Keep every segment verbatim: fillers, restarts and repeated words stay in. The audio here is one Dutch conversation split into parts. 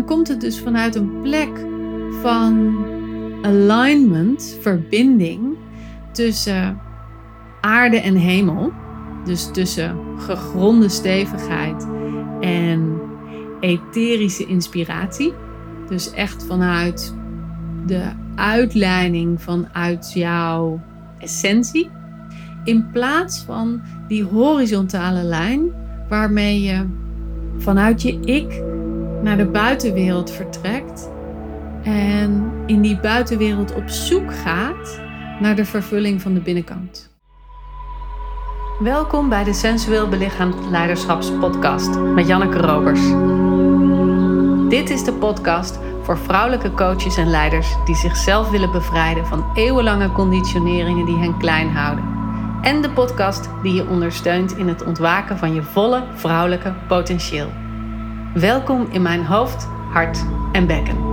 dan komt het dus vanuit een plek van alignment, verbinding tussen aarde en hemel. Dus tussen gegronde stevigheid en etherische inspiratie. Dus echt vanuit de uitleiding vanuit jouw essentie. In plaats van die horizontale lijn waarmee je vanuit je ik naar de buitenwereld vertrekt. En in die buitenwereld op zoek gaat naar de vervulling van de binnenkant. Welkom bij de Sensueel Belichaamd Leiderschapspodcast met Janneke Robers. Dit is de podcast voor vrouwelijke coaches en leiders die zichzelf willen bevrijden van eeuwenlange conditioneringen die hen klein houden. En de podcast die je ondersteunt in het ontwaken van je volle vrouwelijke potentieel. Welkom in mijn hoofd, hart en bekken.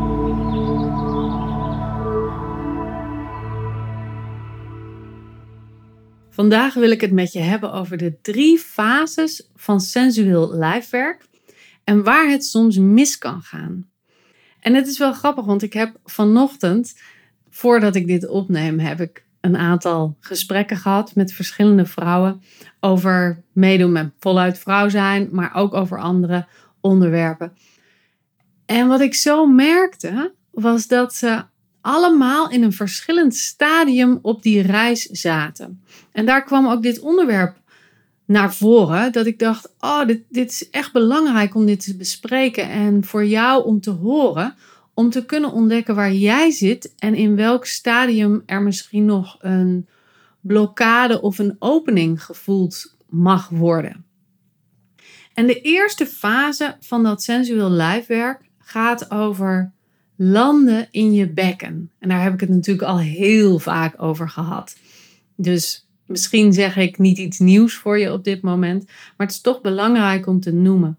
Vandaag wil ik het met je hebben over de drie fases van sensueel lijfwerk en waar het soms mis kan gaan. En het is wel grappig, want ik heb vanochtend, voordat ik dit opneem, heb ik een aantal gesprekken gehad met verschillende vrouwen over meedoen met voluit vrouw zijn, maar ook over andere onderwerpen. En wat ik zo merkte, was dat ze allemaal in een verschillend stadium op die reis zaten. En daar kwam ook dit onderwerp naar voren, dat ik dacht, oh, dit, dit is echt belangrijk om dit te bespreken en voor jou om te horen, om te kunnen ontdekken waar jij zit en in welk stadium er misschien nog een blokkade of een opening gevoeld mag worden. En de eerste fase van dat sensueel lijfwerk gaat over landen in je bekken. En daar heb ik het natuurlijk al heel vaak over gehad. Dus misschien zeg ik niet iets nieuws voor je op dit moment, maar het is toch belangrijk om te noemen.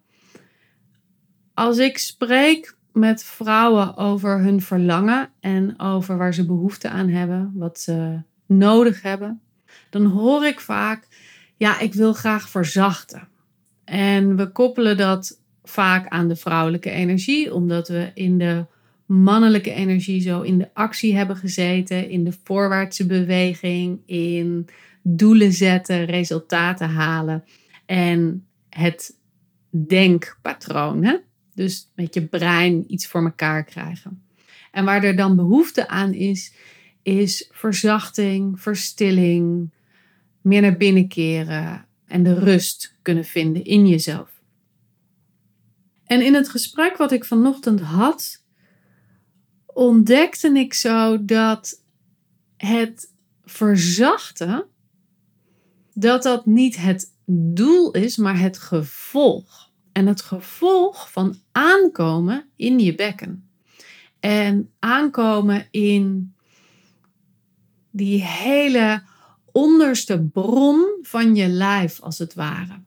Als ik spreek met vrouwen over hun verlangen en over waar ze behoefte aan hebben, wat ze nodig hebben, dan hoor ik vaak, ja, ik wil graag verzachten. En we koppelen dat vaak aan de vrouwelijke energie, omdat we in de mannelijke energie zo in de actie hebben gezeten, in de voorwaartse beweging, in doelen zetten, resultaten halen en het denkpatroon. Hè? Dus met je brein iets voor elkaar krijgen. En waar er dan behoefte aan is, is verzachting, verstilling, meer naar binnen keren en de rust kunnen vinden in jezelf. En in het gesprek wat ik vanochtend had, ontdekte ik zo dat het verzachten, dat dat niet het doel is, maar het gevolg. En het gevolg van aankomen in je bekken. En aankomen in die hele onderste bron van je lijf, als het ware.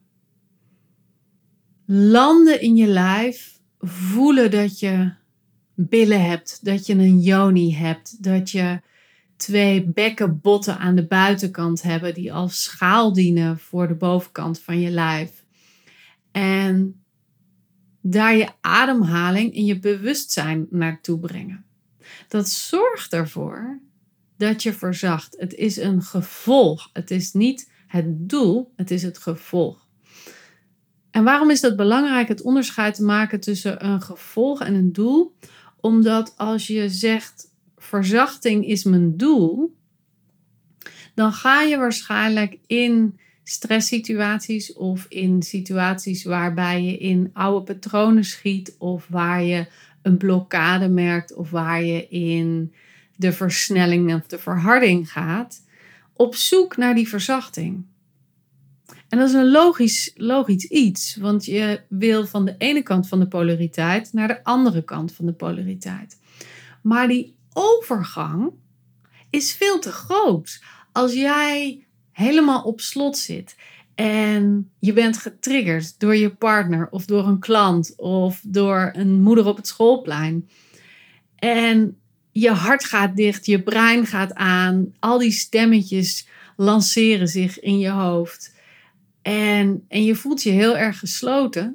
Landen in je lijf, voelen dat je billen hebt, dat je een yoni hebt, dat je twee bekkenbotten aan de buitenkant hebben die als schaal dienen voor de bovenkant van je lijf. En daar je ademhaling en je bewustzijn naartoe brengen. Dat zorgt ervoor dat je verzacht. Het is een gevolg. Het is niet het doel, het is het gevolg. En waarom is dat belangrijk, het onderscheid te maken tussen een gevolg en een doel? Omdat als je zegt, verzachting is mijn doel, dan ga je waarschijnlijk in stresssituaties of in situaties waarbij je in oude patronen schiet of waar je een blokkade merkt of waar je in de versnelling of de verharding gaat, op zoek naar die verzachting. En dat is een logisch, logisch iets, want je wil van de ene kant van de polariteit naar de andere kant van de polariteit. Maar die overgang is veel te groot. Als jij helemaal op slot zit en je bent getriggerd door je partner of door een klant of door een moeder op het schoolplein en je hart gaat dicht, je brein gaat aan, al die stemmetjes lanceren zich in je hoofd en, en je voelt je heel erg gesloten,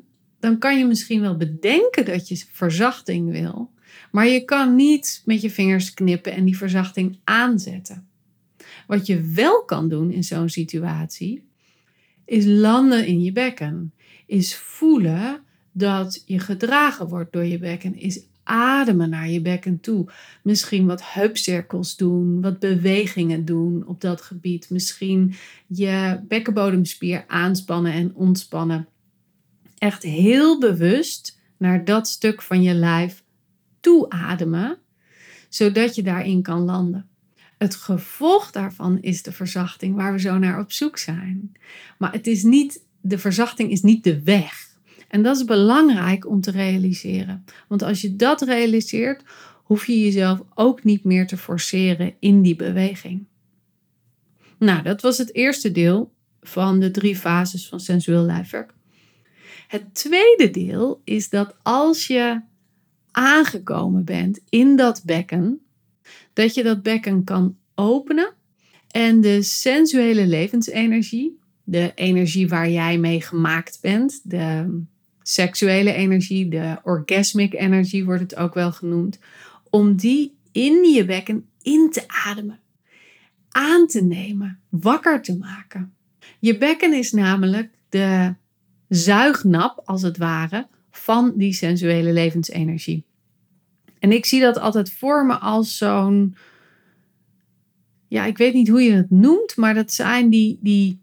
dan kan je misschien wel bedenken dat je verzachting wil. Maar je kan niet met je vingers knippen en die verzachting aanzetten. Wat je wel kan doen in zo'n situatie, is landen in je bekken. Is voelen dat je gedragen wordt door je bekken. Is ademen naar je bekken toe. Misschien wat heupcirkels doen, wat bewegingen doen op dat gebied. Misschien je bekkenbodemspier aanspannen en ontspannen. Echt heel bewust naar dat stuk van je lijf toe ademen, zodat je daarin kan landen. Het gevolg daarvan is de verzachting waar we zo naar op zoek zijn. Maar het is niet, de verzachting is niet de weg. En dat is belangrijk om te realiseren. Want als je dat realiseert, hoef je jezelf ook niet meer te forceren in die beweging. Nou, dat was het eerste deel van de drie fases van sensueel lijfwerk. Het tweede deel is dat als je aangekomen bent in dat bekken, dat je dat bekken kan openen en de sensuele levensenergie, de energie waar jij mee gemaakt bent, de seksuele energie, de orgasmic energie wordt het ook wel genoemd, om die in je bekken in te ademen, aan te nemen, wakker te maken. Je bekken is namelijk de zuignap, als het ware, van die sensuele levensenergie. En ik zie dat altijd voor me als zo'n, ja, ik weet niet hoe je het noemt, maar dat zijn die, die,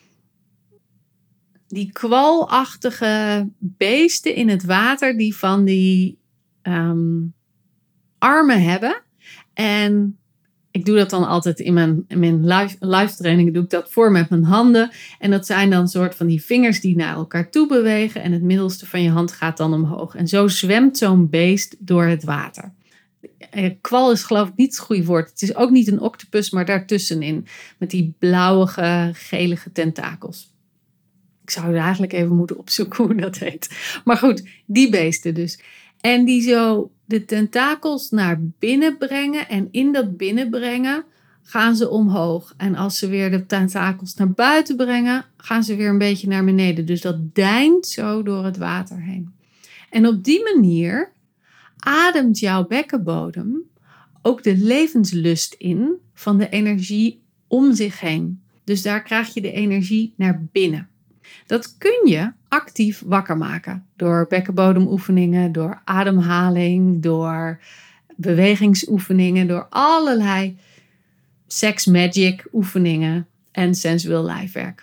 die kwalachtige beesten in het water die van die um, armen hebben. En ik doe dat dan altijd in mijn, in mijn live, live training, doe ik dat voor met mijn handen. En dat zijn dan soort van die vingers die naar elkaar toe bewegen en het middelste van je hand gaat dan omhoog. En zo zwemt zo'n beest door het water. Kwal is geloof ik niet het goede woord. Het is ook niet een octopus, maar daartussenin. Met die blauwige, gelige tentakels. Ik zou er eigenlijk even moeten opzoeken hoe dat heet. Maar goed, die beesten dus. En die zo de tentakels naar binnen brengen. En in dat binnenbrengen gaan ze omhoog. En als ze weer de tentakels naar buiten brengen, gaan ze weer een beetje naar beneden. Dus dat deint zo door het water heen. En op die manier ademt jouw bekkenbodem ook de levenslust in van de energie om zich heen. Dus daar krijg je de energie naar binnen. Dat kun je actief wakker maken door bekkenbodemoefeningen, door ademhaling, door bewegingsoefeningen, door allerlei sex magic oefeningen en sensueel lijfwerk.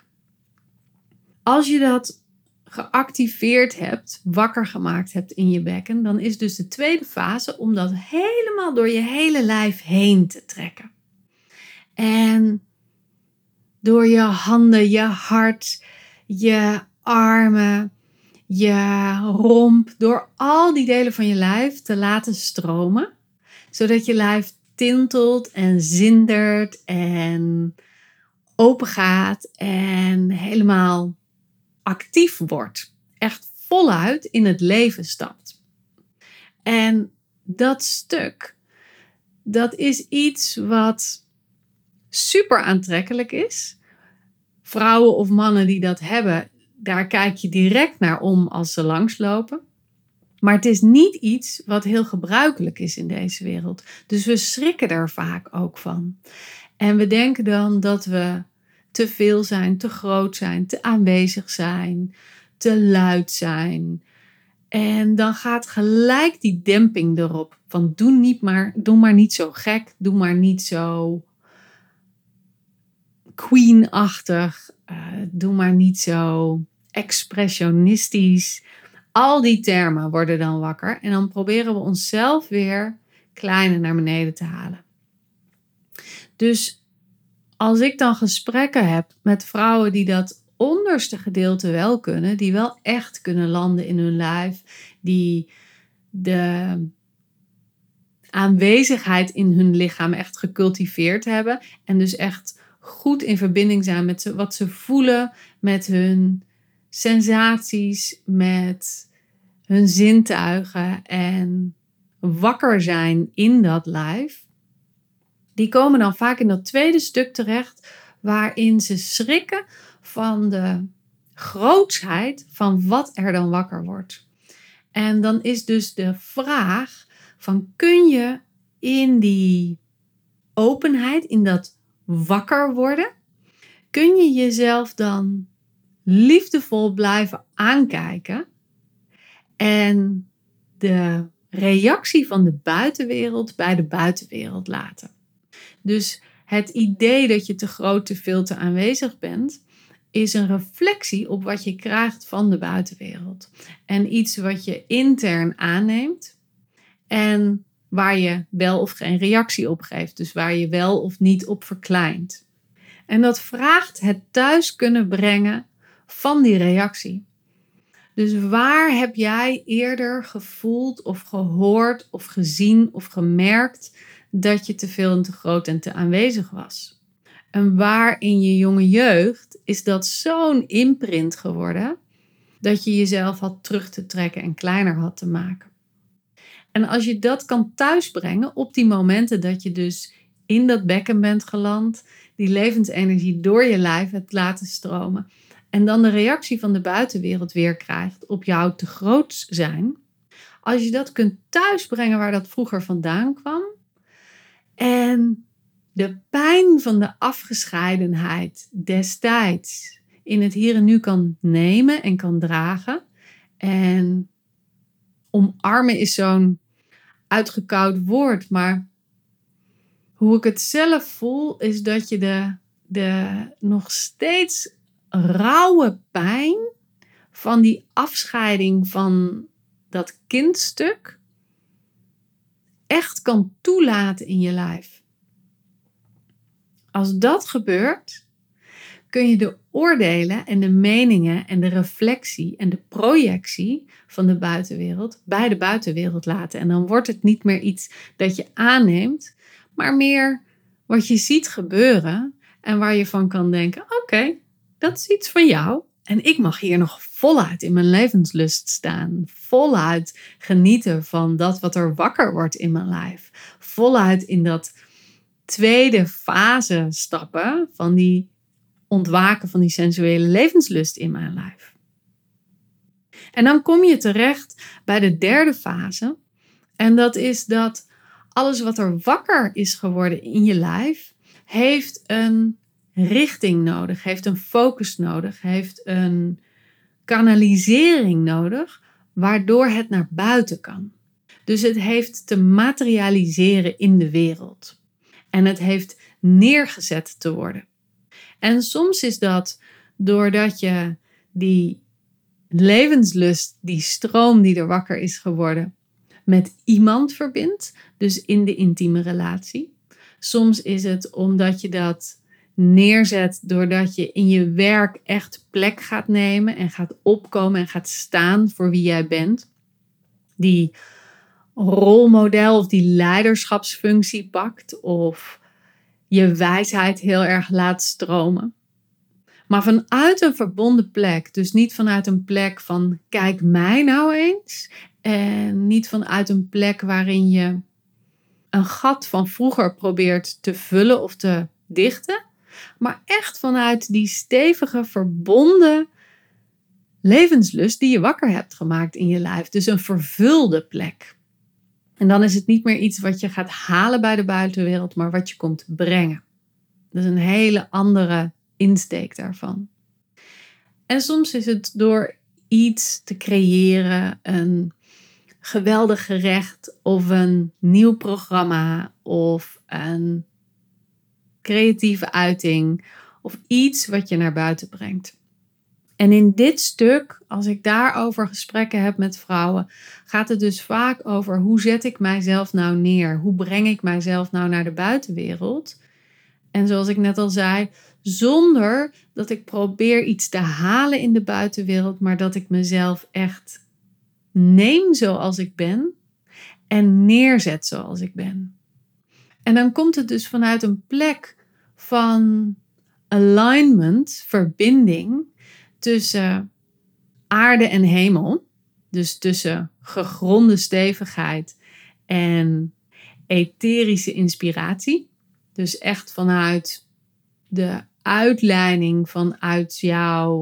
Als je dat geactiveerd hebt, wakker gemaakt hebt in je bekken, dan is dus de tweede fase om dat helemaal door je hele lijf heen te trekken. En door je handen, je hart, je armen, je romp, door al die delen van je lijf te laten stromen, zodat je lijf tintelt en zindert en open gaat en helemaal actief wordt. Echt voluit in het leven stapt. En dat stuk, dat is iets wat super aantrekkelijk is. Vrouwen of mannen die dat hebben, daar kijk je direct naar om als ze langslopen. Maar het is niet iets wat heel gebruikelijk is in deze wereld. Dus we schrikken er vaak ook van. En we denken dan dat we te veel zijn, te groot zijn, te aanwezig zijn, te luid zijn. En dan gaat gelijk die demping erop. Van doe, niet maar, doe maar niet zo gek, doe maar niet zo queen-achtig, uh, doe maar niet zo expressionistisch. Al die termen worden dan wakker. En dan proberen we onszelf weer kleiner naar beneden te halen. Dus als ik dan gesprekken heb met vrouwen die dat onderste gedeelte wel kunnen, die wel echt kunnen landen in hun lijf, die de aanwezigheid in hun lichaam echt gecultiveerd hebben en dus echt goed in verbinding zijn met wat ze voelen, met hun sensaties, met hun zintuigen en wakker zijn in dat lijf. Die komen dan vaak in dat tweede stuk terecht, waarin ze schrikken van de grootsheid van wat er dan wakker wordt. En dan is dus de vraag van, kun je in die openheid, in dat wakker worden, kun je jezelf dan liefdevol blijven aankijken en de reactie van de buitenwereld bij de buitenwereld laten. Dus het idee dat je te groot, te veel, te aanwezig bent, is een reflectie op wat je krijgt van de buitenwereld. En iets wat je intern aanneemt en waar je wel of geen reactie op geeft. Dus waar je wel of niet op verkleint. En dat vraagt het thuis kunnen brengen van die reactie. Dus waar heb jij eerder gevoeld of gehoord of gezien of gemerkt dat je te veel en te groot en te aanwezig was? En waar in je jonge jeugd is dat zo'n imprint geworden dat je jezelf had terug te trekken en kleiner had te maken? En als je dat kan thuisbrengen op die momenten dat je dus in dat bekken bent geland, die levensenergie door je lijf hebt laten stromen en dan de reactie van de buitenwereld weer krijgt op jouw te groot zijn. Als je dat kunt thuisbrengen waar dat vroeger vandaan kwam en de pijn van de afgescheidenheid destijds in het hier en nu kan nemen en kan dragen. En omarmen is zo'n uitgekoud woord, maar hoe ik het zelf voel is dat je de, de nog steeds rauwe pijn van die afscheiding van dat kindstuk echt kan toelaten in je lijf. Als dat gebeurt, kun je de oordelen en de meningen en de reflectie en de projectie van de buitenwereld bij de buitenwereld laten. En dan wordt het niet meer iets dat je aanneemt, maar meer wat je ziet gebeuren en waar je van kan denken, oké, okay, dat is iets van jou. En ik mag hier nog voluit in mijn levenslust staan. Voluit genieten van dat wat er wakker wordt in mijn lijf. Voluit in dat tweede fase stappen van die ontwaken van die sensuele levenslust in mijn lijf. En dan kom je terecht bij de derde fase. En dat is dat alles wat er wakker is geworden in je lijf, heeft een richting nodig, heeft een focus nodig, heeft een kanalisering nodig, waardoor het naar buiten kan. Dus het heeft te materialiseren in de wereld. En het heeft neergezet te worden. En soms is dat doordat je die levenslust, die stroom die er wakker is geworden, met iemand verbindt. Dus in de intieme relatie. Soms is het omdat je dat neerzet doordat je in je werk echt plek gaat nemen en gaat opkomen en gaat staan voor wie jij bent. Die rolmodel of die leiderschapsfunctie pakt of je wijsheid heel erg laat stromen. Maar vanuit een verbonden plek, dus niet vanuit een plek van kijk mij nou eens en niet vanuit een plek waarin je een gat van vroeger probeert te vullen of te dichten, maar echt vanuit die stevige verbonden levenslust die je wakker hebt gemaakt in je lijf. Dus een vervulde plek. En dan is het niet meer iets wat je gaat halen bij de buitenwereld, maar wat je komt brengen. Dat is een hele andere insteek daarvan. En soms is het door iets te creëren, een geweldig gerecht of een nieuw programma of een creatieve uiting of iets wat je naar buiten brengt. En in dit stuk, als ik daarover gesprekken heb met vrouwen, gaat het dus vaak over hoe zet ik mijzelf nou neer? Hoe breng ik mijzelf nou naar de buitenwereld? En zoals ik net al zei, zonder dat ik probeer iets te halen in de buitenwereld, maar dat ik mezelf echt neem zoals ik ben en neerzet zoals ik ben. En dan komt het dus vanuit een plek van alignment, verbinding tussen aarde en hemel. Dus tussen gegronde stevigheid en etherische inspiratie. Dus echt vanuit de uitleiding vanuit jouw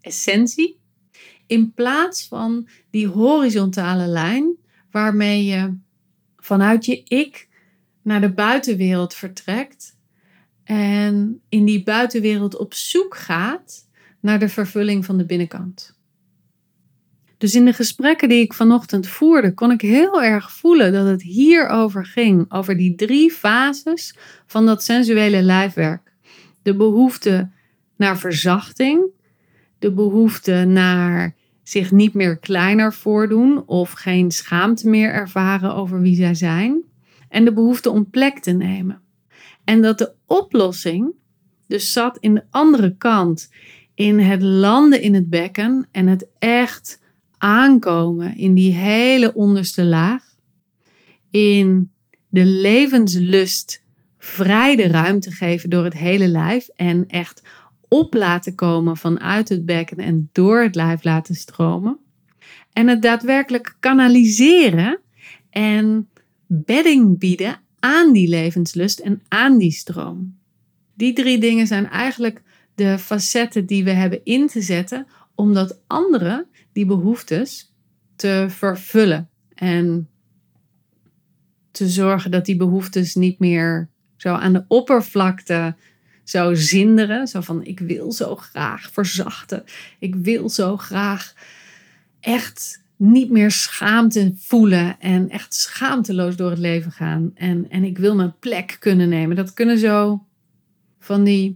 essentie. In plaats van die horizontale lijn waarmee je vanuit je ik naar de buitenwereld vertrekt. En in die buitenwereld op zoek gaat naar de vervulling van de binnenkant. Dus in de gesprekken die ik vanochtend voerde, kon ik heel erg voelen dat het hierover ging. Over die drie fases van dat sensuele lijfwerk. De behoefte naar verzachting. De behoefte naar zich niet meer kleiner voordoen of geen schaamte meer ervaren over wie zij zijn. En de behoefte om plek te nemen. En dat de oplossing dus zat in de andere kant. In het landen in het bekken en het echt aankomen in die hele onderste laag. In de levenslust vrij de ruimte geven door het hele lijf. En echt op laten komen vanuit het bekken en door het lijf laten stromen. En het daadwerkelijk kanaliseren en bedding bieden aan die levenslust en aan die stroom. Die drie dingen zijn eigenlijk de facetten die we hebben in te zetten om dat andere, die behoeftes, te vervullen. En te zorgen dat die behoeftes niet meer zo aan de oppervlakte zo zinderen. Zo van, ik wil zo graag verzachten. Ik wil zo graag echt niet meer schaamte voelen. En echt schaamteloos door het leven gaan. En, en ik wil mijn plek kunnen nemen. Dat kunnen zo van die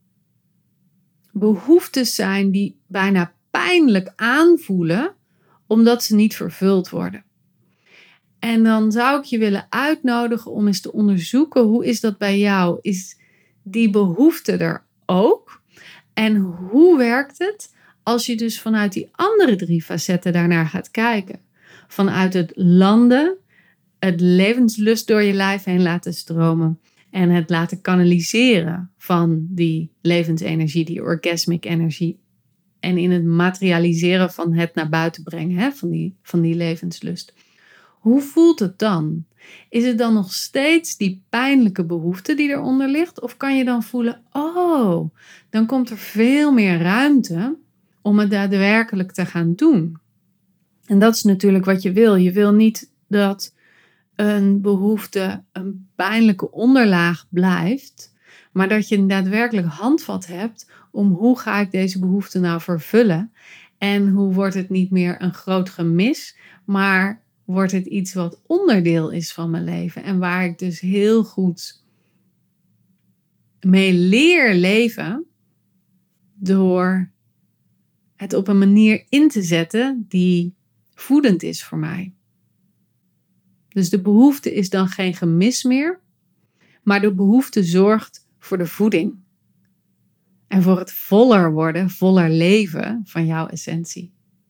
behoeftes zijn die bijna pijnlijk aanvoelen. Omdat ze niet vervuld worden. En dan zou ik je willen uitnodigen om eens te onderzoeken. Hoe is dat bij jou? Is die behoefte er ook? En hoe werkt het als je dus vanuit die andere drie facetten daarnaar gaat kijken? Vanuit het landen, het levenslust door je lijf heen laten stromen. En het laten kanaliseren van die levensenergie, die orgasmic energie. En in het materialiseren van het naar buiten brengen, hè, van die, van die levenslust. Hoe voelt het dan? Is het dan nog steeds die pijnlijke behoefte die eronder ligt? Of kan je dan voelen, oh, dan komt er veel meer ruimte om het daadwerkelijk te gaan doen. En dat is natuurlijk wat je wil. Je wil niet dat een behoefte een pijnlijke onderlaag blijft, maar dat je een daadwerkelijk handvat hebt om hoe ga ik deze behoefte nou vervullen en hoe wordt het niet meer een groot gemis, maar wordt het iets wat onderdeel is van mijn leven en waar ik dus heel goed mee leer leven door het op een manier in te zetten die voedend is voor mij. Dus de behoefte is dan geen gemis meer, maar de behoefte zorgt voor de voeding. En voor het voller worden, voller leven van jouw essentie.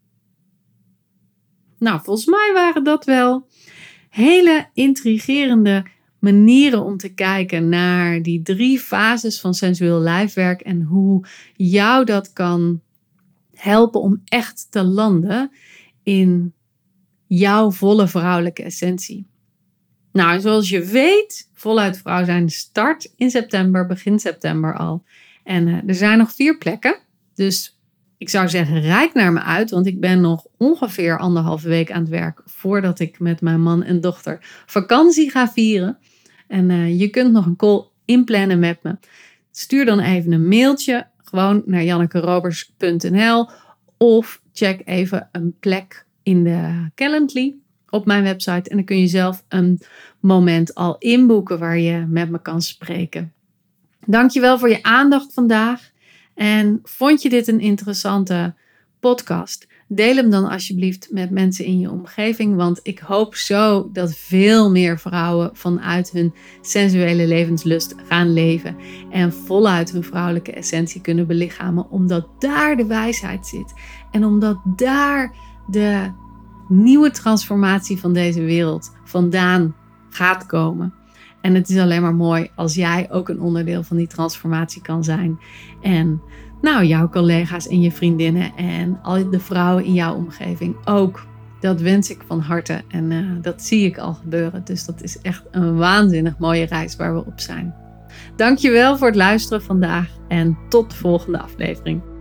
Nou, volgens mij waren dat wel hele intrigerende manieren om te kijken naar die drie fases van sensueel lijfwerk en hoe jou dat kan helpen om echt te landen in jouw volle vrouwelijke essentie. Nou, zoals je weet, voluit vrouw zijn start in september, begin september al. En uh, er zijn nog vier plekken. Dus ik zou zeggen, reik naar me uit. Want ik ben nog ongeveer anderhalve week aan het werk voordat ik met mijn man en dochter vakantie ga vieren. En uh, je kunt nog een call inplannen met me. Stuur dan even een mailtje. Gewoon naar jannekerobers punt n l. Of check even een plek in de Calendly op mijn website. En dan kun je zelf een moment al inboeken waar je met me kan spreken. Dankjewel voor je aandacht vandaag. En vond je dit een interessante podcast? Deel hem dan alsjeblieft met mensen in je omgeving. Want ik hoop zo dat veel meer vrouwen vanuit hun sensuele levenslust gaan leven. En voluit hun vrouwelijke essentie kunnen belichamen. Omdat daar de wijsheid zit. En omdat daar de nieuwe transformatie van deze wereld vandaan gaat komen. En het is alleen maar mooi als jij ook een onderdeel van die transformatie kan zijn. En nou, jouw collega's en je vriendinnen en al de vrouwen in jouw omgeving ook. Dat wens ik van harte en uh, dat zie ik al gebeuren. Dus dat is echt een waanzinnig mooie reis waar we op zijn. Dankjewel voor het luisteren vandaag en tot de volgende aflevering.